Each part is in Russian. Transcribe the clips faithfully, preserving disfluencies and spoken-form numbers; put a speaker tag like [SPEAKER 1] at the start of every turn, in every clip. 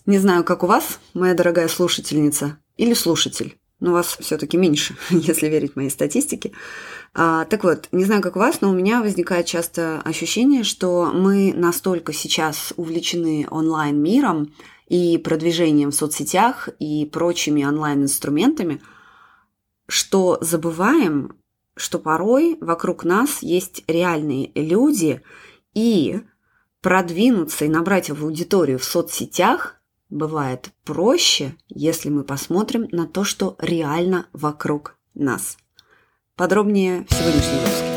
[SPEAKER 1] Не знаю, как у вас, моя дорогая слушательница или слушатель, но вас все-таки меньше, если верить моей статистике. А, так вот, не знаю, как у вас, но у меня возникает часто ощущение, что мы настолько сейчас увлечены онлайн-миром и продвижением в соцсетях и прочими онлайн-инструментами, что забываем, что порой вокруг нас есть реальные люди, и продвинуться и набрать аудиторию в соцсетях бывает проще, если мы посмотрим на то, что реально вокруг нас. Подробнее в сегодняшнем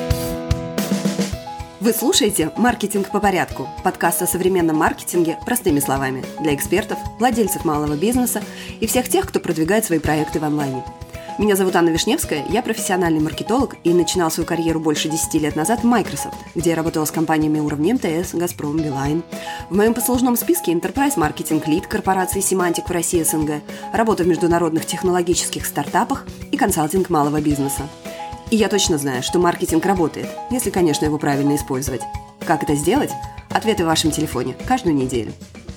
[SPEAKER 1] выпуске.
[SPEAKER 2] Вы слушаете «Маркетинг по порядку» – подкаст о современном маркетинге простыми словами для экспертов, владельцев малого бизнеса и всех тех, кто продвигает свои проекты в онлайне. Меня зовут Анна Вишневская, я профессиональный маркетолог и начинал свою карьеру больше десяти лет назад в Microsoft, где я работала с компаниями уровня эм тэ эс, Газпром, Билайн. В моем послужном списке Enterprise Marketing Lead корпорации Symantec в России эс эн гэ, работа в международных технологических стартапах и консалтинг малого бизнеса. И я точно знаю, что маркетинг работает, если, конечно, его правильно использовать. Как это сделать? Ответы в вашем телефоне каждую неделю.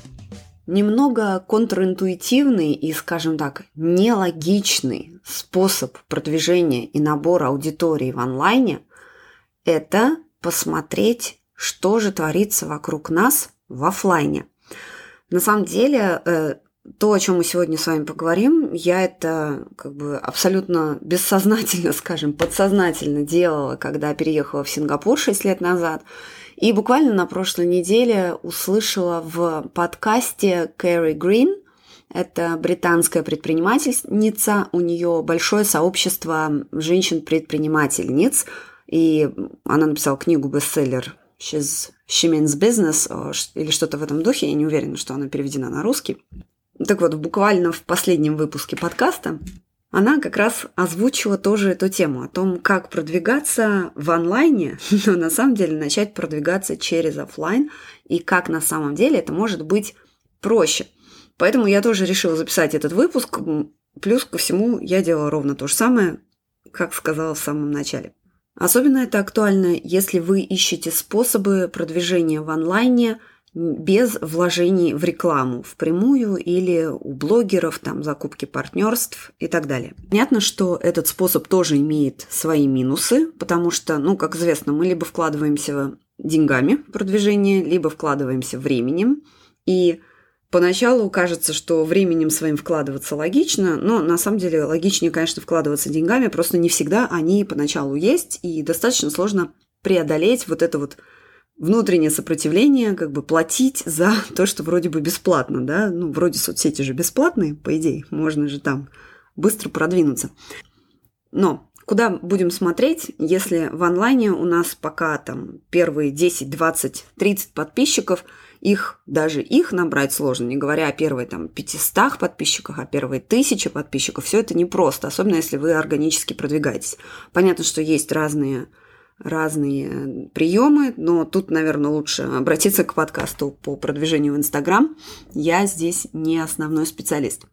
[SPEAKER 1] Немного контринтуитивный и, скажем так, нелогичный способ продвижения и набора аудитории в онлайне – это посмотреть, что же творится вокруг нас в офлайне. На самом деле, то, о чем мы сегодня с вами поговорим, я это как бы абсолютно бессознательно, скажем, подсознательно делала, когда переехала в Сингапур шесть лет назад. И буквально на прошлой неделе услышала в подкасте Кэрри Грин, это британская предпринимательница, у нее большое сообщество женщин-предпринимательниц, и она написала книгу-бестселлер She's, She Means Business или что-то в этом духе, я не уверена, что она переведена на русский. Так вот, буквально в последнем выпуске подкаста она как раз озвучила тоже эту тему о том, как продвигаться в онлайне, но на самом деле начать продвигаться через офлайн, и как на самом деле это может быть проще. Поэтому я тоже решила записать этот выпуск. Плюс ко всему я делала ровно то же самое, как сказала в самом начале. Особенно это актуально, если вы ищете способы продвижения в онлайне без вложений в рекламу впрямую или у блогеров, там, закупки партнерств и так далее. Понятно, что этот способ тоже имеет свои минусы, потому что, ну, как известно, мы либо вкладываемся деньгами в продвижение, либо вкладываемся временем. И поначалу кажется, что временем своим вкладываться логично, но на самом деле логичнее, конечно, вкладываться деньгами, просто не всегда они поначалу есть, и достаточно сложно преодолеть вот это вот внутреннее сопротивление, как бы платить за то, что вроде бы бесплатно, да, ну, вроде соцсети же бесплатные, по идее, можно же там быстро продвинуться. Но куда будем смотреть, если в онлайне у нас пока там первые десять, двадцать, тридцать подписчиков, их, даже их набрать сложно, не говоря о первой там пятистах подписчиках, о первой тысяче подписчиков, все это непросто, особенно если вы органически продвигаетесь. Понятно, что есть разные разные приемы, но тут, наверное, лучше обратиться к подкасту по продвижению в Инстаграм. Я здесь не основной специалист.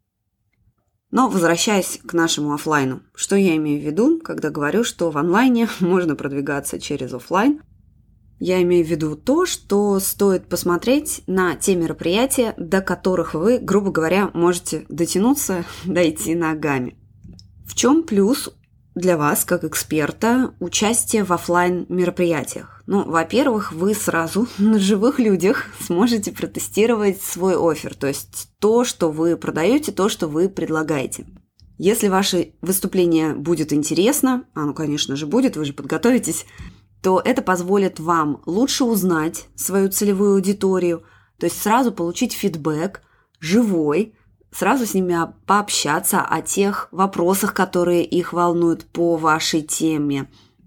[SPEAKER 1] Но возвращаясь к нашему офлайну, что я имею в виду, когда говорю, что в онлайне можно продвигаться через офлайн? Я имею в виду то, что стоит посмотреть на те мероприятия, до которых вы, грубо говоря, можете дотянуться, дойти ногами. В чем плюс для вас, как эксперта, участие в офлайн мероприятиях? Ну, во-первых, вы сразу на живых людях сможете протестировать свой оффер, то есть то, что вы продаете, то, что вы предлагаете. Если ваше выступление будет интересно, оно, конечно же, будет, вы же подготовитесь, то это позволит вам лучше узнать свою целевую аудиторию, то есть сразу получить фидбэк живой, сразу с ними пообщаться о тех вопросах, которые их волнуют по вашей теме,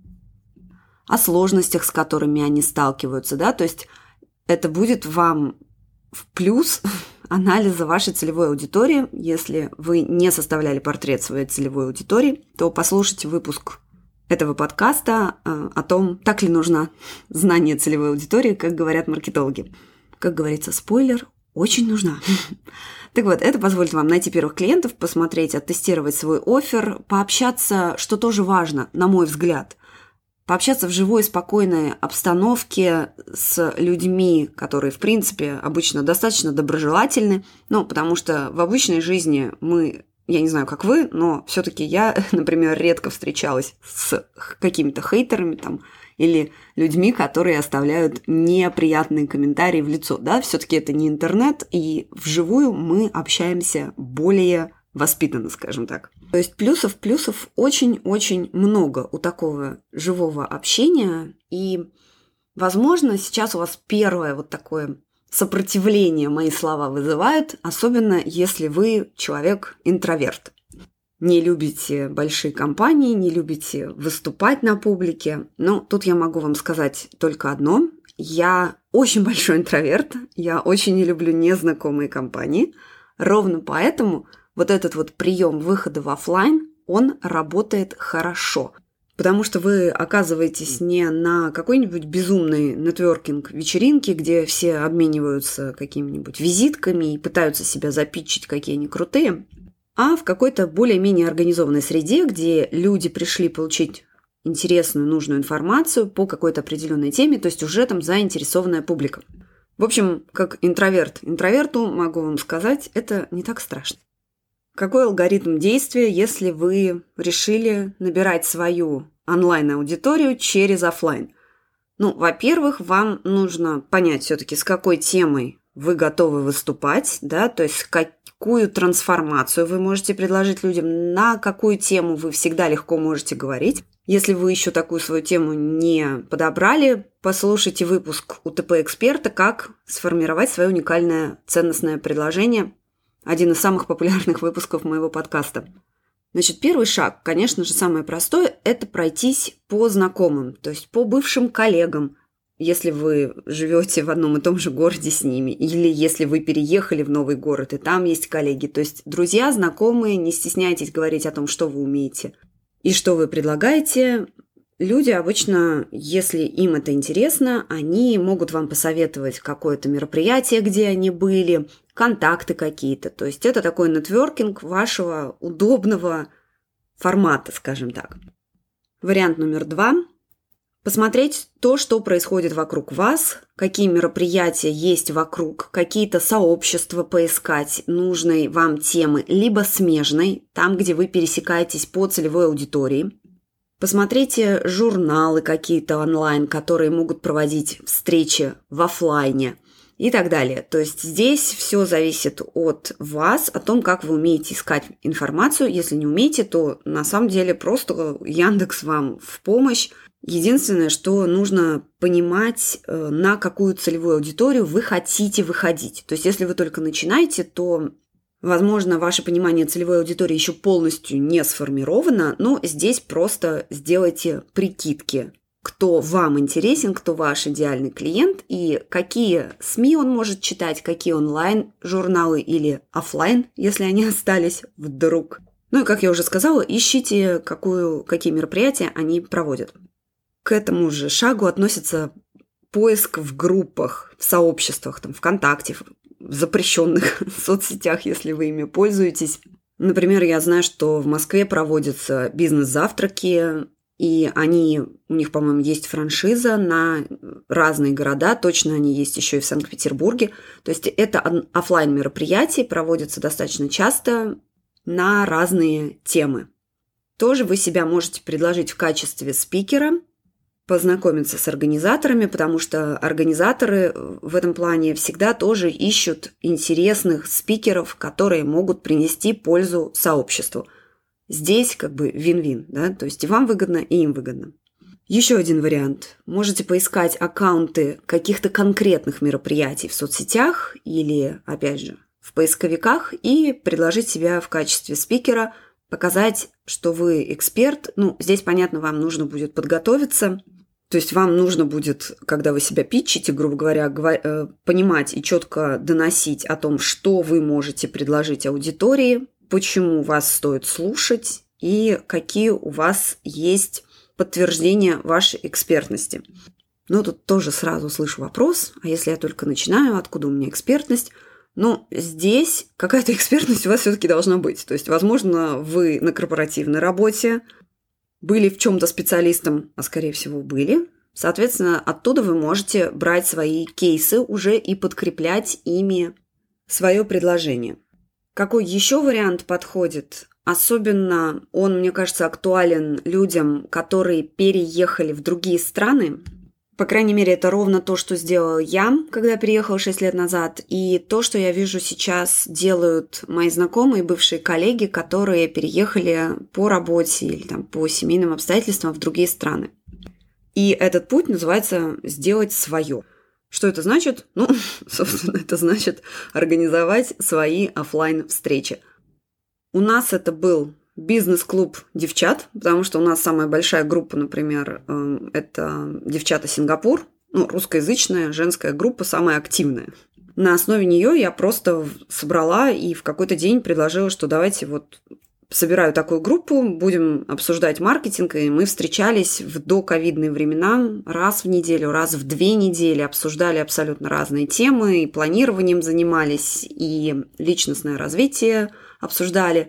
[SPEAKER 1] о сложностях, с которыми они сталкиваются, да, то есть это будет вам в плюс анализа вашей целевой аудитории. Если вы не составляли портрет своей целевой аудитории, то послушайте выпуск этого подкаста о том, так ли нужно знание целевой аудитории, как говорят маркетологи. Как говорится, спойлер, очень нужна. Так вот, это позволит вам найти первых клиентов, посмотреть, оттестировать свой оффер, пообщаться, что тоже важно, на мой взгляд. пообщаться в живой, спокойной обстановке с людьми, которые, в принципе, обычно достаточно доброжелательны. Ну, потому что в обычной жизни мы, я не знаю, как вы, но все-таки я, например, редко встречалась с какими-то хейтерами там, или людьми, которые оставляют неприятные комментарии в лицо. Да? Все-таки это не интернет, и вживую мы общаемся более воспитанно, скажем так. То есть плюсов, плюсов очень-очень много у такого живого общения. И, возможно, сейчас у вас первое вот такое сопротивление мои слова вызывают, особенно если вы человек-интроверт. Не любите большие компании, не любите выступать на публике. Но тут я могу вам сказать только одно. Я очень большой интроверт, я очень не люблю незнакомые компании. Ровно поэтому вот этот вот прием выхода в офлайн, он работает хорошо. Потому что вы оказываетесь не на какой-нибудь безумной нетворкинг-вечеринке, где все обмениваются какими-нибудь визитками и пытаются себя запитчить, какие они крутые, а в какой-то более-менее организованной среде, где люди пришли получить интересную, нужную информацию по какой-то определенной теме, то есть уже там заинтересованная публика. В общем, как интроверт интроверту, могу вам сказать, это не так страшно. Какой алгоритм действия, если вы решили набирать свою онлайн-аудиторию через офлайн? Ну, во-первых, вам нужно понять все-таки, с какой темой вы готовы выступать, да, то есть какую трансформацию вы можете предложить людям, на какую тему вы всегда легко можете говорить. Если вы еще такую свою тему не подобрали, послушайте выпуск у УТП-эксперта «Как сформировать свое уникальное ценностное предложение». Один из самых популярных выпусков моего подкаста. Значит, первый шаг, конечно же, самое простое – это пройтись по знакомым, то есть по бывшим коллегам, если вы живете в одном и том же городе с ними, или если вы переехали в новый город, и там есть коллеги. То есть друзья, знакомые, не стесняйтесь говорить о том, что вы умеете и что вы предлагаете. Люди обычно, если им это интересно, они могут вам посоветовать какое-то мероприятие, где они были, контакты какие-то. То есть это такой нетворкинг вашего удобного формата, скажем так. Вариант номер два. Посмотреть то, что происходит вокруг вас, какие мероприятия есть вокруг, какие-то сообщества поискать нужной вам темы, либо смежной, там, где вы пересекаетесь по целевой аудитории. Посмотрите журналы какие-то онлайн, которые могут проводить встречи в офлайне и так далее. То есть здесь все зависит от вас, о том, как вы умеете искать информацию. Если не умеете, то на самом деле просто Яндекс вам в помощь. Единственное, что нужно понимать, на какую целевую аудиторию вы хотите выходить. То есть если вы только начинаете, то возможно, ваше понимание целевой аудитории еще полностью не сформировано, но здесь просто сделайте прикидки, кто вам интересен, кто ваш идеальный клиент и какие СМИ он может читать, какие онлайн-журналы или офлайн, если они остались вдруг. Ну и, как я уже сказала, ищите, какую, какие мероприятия они проводят. К этому же шагу относится поиск в группах, в сообществах, там, ВКонтакте, в запрещенных соцсетях, если вы ими пользуетесь. Например, я знаю, что в Москве проводятся бизнес-завтраки, и они, у них, по-моему, есть франшиза на разные города, точно они есть еще и в Санкт-Петербурге. То есть это офлайн мероприятия, проводятся достаточно часто на разные темы. Тоже вы себя можете предложить в качестве спикера, познакомиться с организаторами, потому что организаторы в этом плане всегда тоже ищут интересных спикеров, которые могут принести пользу сообществу. Здесь как бы вин-вин, да, то есть и вам выгодно, и им выгодно. Еще один вариант. Можете поискать аккаунты каких-то конкретных мероприятий в соцсетях или, опять же, в поисковиках и предложить себя в качестве спикера, показать, что вы эксперт. Ну, здесь, понятно, вам нужно будет подготовиться. То есть вам нужно будет, когда вы себя питчите, грубо говоря, понимать и четко доносить о том, что вы можете предложить аудитории, почему вас стоит слушать и какие у вас есть подтверждения вашей экспертности. Но тут тоже сразу слышу вопрос, а если я только начинаю, откуда у меня экспертность? Ну, здесь какая-то экспертность у вас все-таки должна быть. То есть, возможно, вы на корпоративной работе были в чем-то специалистом, а скорее всего были. Соответственно, оттуда вы можете брать свои кейсы уже и подкреплять ими свое предложение. Какой еще вариант подходит? Особенно он, мне кажется, актуален людям, которые переехали в другие страны. По крайней мере, это ровно то, что сделала я, когда переехала шесть лет назад, и то, что я вижу сейчас делают мои знакомые, бывшие коллеги, которые переехали по работе или там, по семейным обстоятельствам в другие страны. И этот путь называется «сделать свое». Что это значит? Ну, собственно, это значит организовать свои офлайн-встречи. У нас это был бизнес-клуб девчат, потому что у нас самая большая группа, например, это девчата Сингапур, ну, русскоязычная женская группа, самая активная. На основе нее я просто собрала и в какой-то день предложила, что давайте вот собираю такую группу, будем обсуждать маркетинг, и мы встречались в доковидные времена раз в неделю, раз в две недели, обсуждали абсолютно разные темы, и планированием занимались, и личностное развитие обсуждали,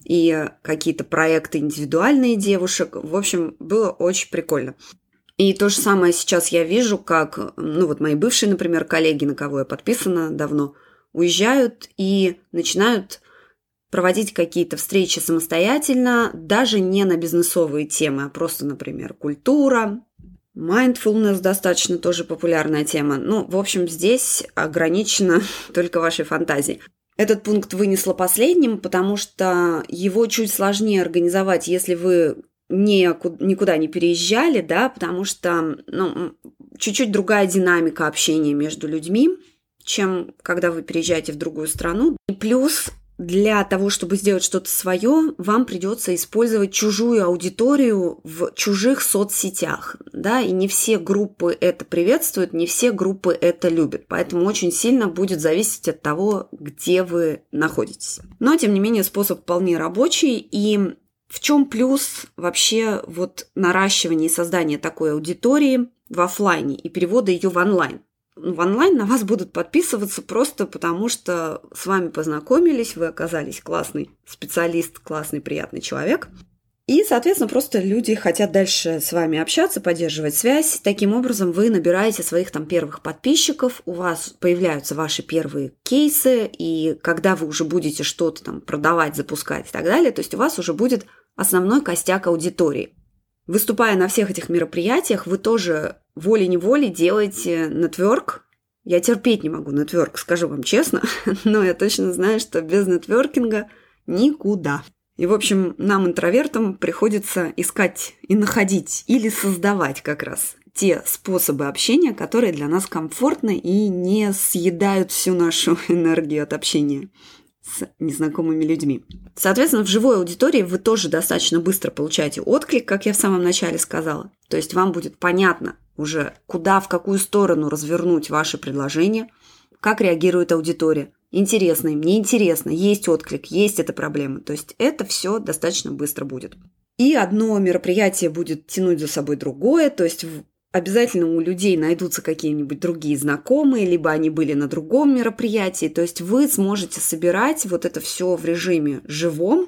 [SPEAKER 1] и какие-то проекты индивидуальные девушек. В общем, было очень прикольно. И то же самое сейчас я вижу, как, ну вот мои бывшие, например, коллеги, на кого я подписана давно, уезжают и начинают проводить какие-то встречи самостоятельно, даже не на бизнесовые темы, а просто, например, культура, mindfulness достаточно тоже популярная тема. Ну, в общем, здесь ограничено только вашей фантазией. Этот пункт вынесла последним, потому что его чуть сложнее организовать, если вы не, никуда не переезжали, да, потому что ну, чуть-чуть другая динамика общения между людьми, чем когда вы переезжаете в другую страну. И плюс для того, чтобы сделать что-то свое, вам придется использовать чужую аудиторию в чужих соцсетях, да, и не все группы это приветствуют, не все группы это любят, поэтому очень сильно будет зависеть от того, где вы находитесь. Но, тем не менее, способ вполне рабочий, и в чем плюс вообще вот наращивания и создания такой аудитории в офлайне и перевода ее в онлайн? В онлайн на вас будут подписываться просто потому, что с вами познакомились, вы оказались классный специалист, классный, приятный человек. И, соответственно, просто люди хотят дальше с вами общаться, поддерживать связь. Таким образом, вы набираете своих там первых подписчиков, у вас появляются ваши первые кейсы, и когда вы уже будете что-то там продавать, запускать и так далее, то есть у вас уже будет основной костяк аудитории. Выступая на всех этих мероприятиях, вы тоже волей-неволей делаете нетворк. Я терпеть не могу нетворк, скажу вам честно, но я точно знаю, что без нетворкинга никуда. И, в общем, нам, интровертам, приходится искать и находить или создавать как раз те способы общения, которые для нас комфортны и не съедают всю нашу энергию от общения с незнакомыми людьми. Соответственно, в живой аудитории вы тоже достаточно быстро получаете отклик, как я в самом начале сказала. То есть вам будет понятно уже, куда, в какую сторону развернуть ваше предложение, как реагирует аудитория. Интересно им, неинтересно, есть отклик, есть эта проблема. То есть это все достаточно быстро будет. И одно мероприятие будет тянуть за собой другое, то есть обязательно у людей найдутся какие-нибудь другие знакомые, либо они были на другом мероприятии. То есть вы сможете собирать вот это все в режиме живом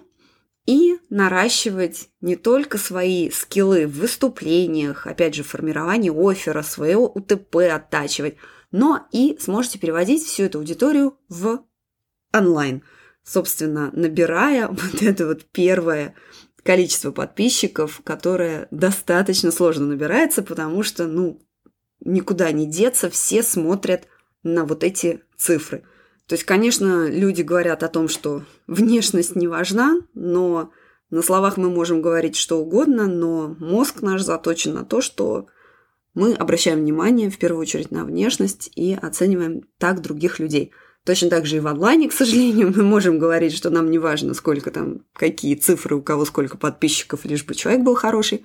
[SPEAKER 1] и наращивать не только свои скиллы в выступлениях, опять же, формирование оффера, своего УТП оттачивать, но и сможете переводить всю эту аудиторию в онлайн, собственно, набирая вот это вот первое количество подписчиков, которое достаточно сложно набирается, потому что, ну, никуда не деться, все смотрят на вот эти цифры. То есть, конечно, люди говорят о том, что внешность не важна, но на словах мы можем говорить что угодно, но мозг наш заточен на то, что мы обращаем внимание в первую очередь на внешность и оцениваем так других людей. Точно так же и в онлайне, к сожалению, мы можем говорить, что нам не важно, сколько там, какие цифры, у кого сколько подписчиков, лишь бы человек был хороший.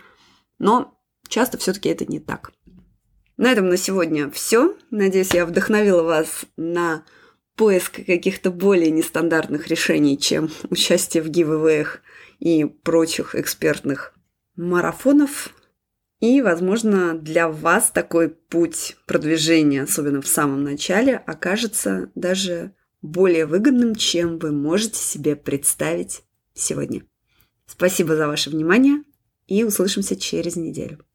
[SPEAKER 1] Но часто все-таки это не так. На этом на сегодня все. Надеюсь, я вдохновила вас на поиск каких-то более нестандартных решений, чем участие в гивэвэях и прочих экспертных марафонов. И, возможно, для вас такой путь продвижения, особенно в самом начале, окажется даже более выгодным, чем вы можете себе представить сегодня. Спасибо за ваше внимание. и услышимся через неделю.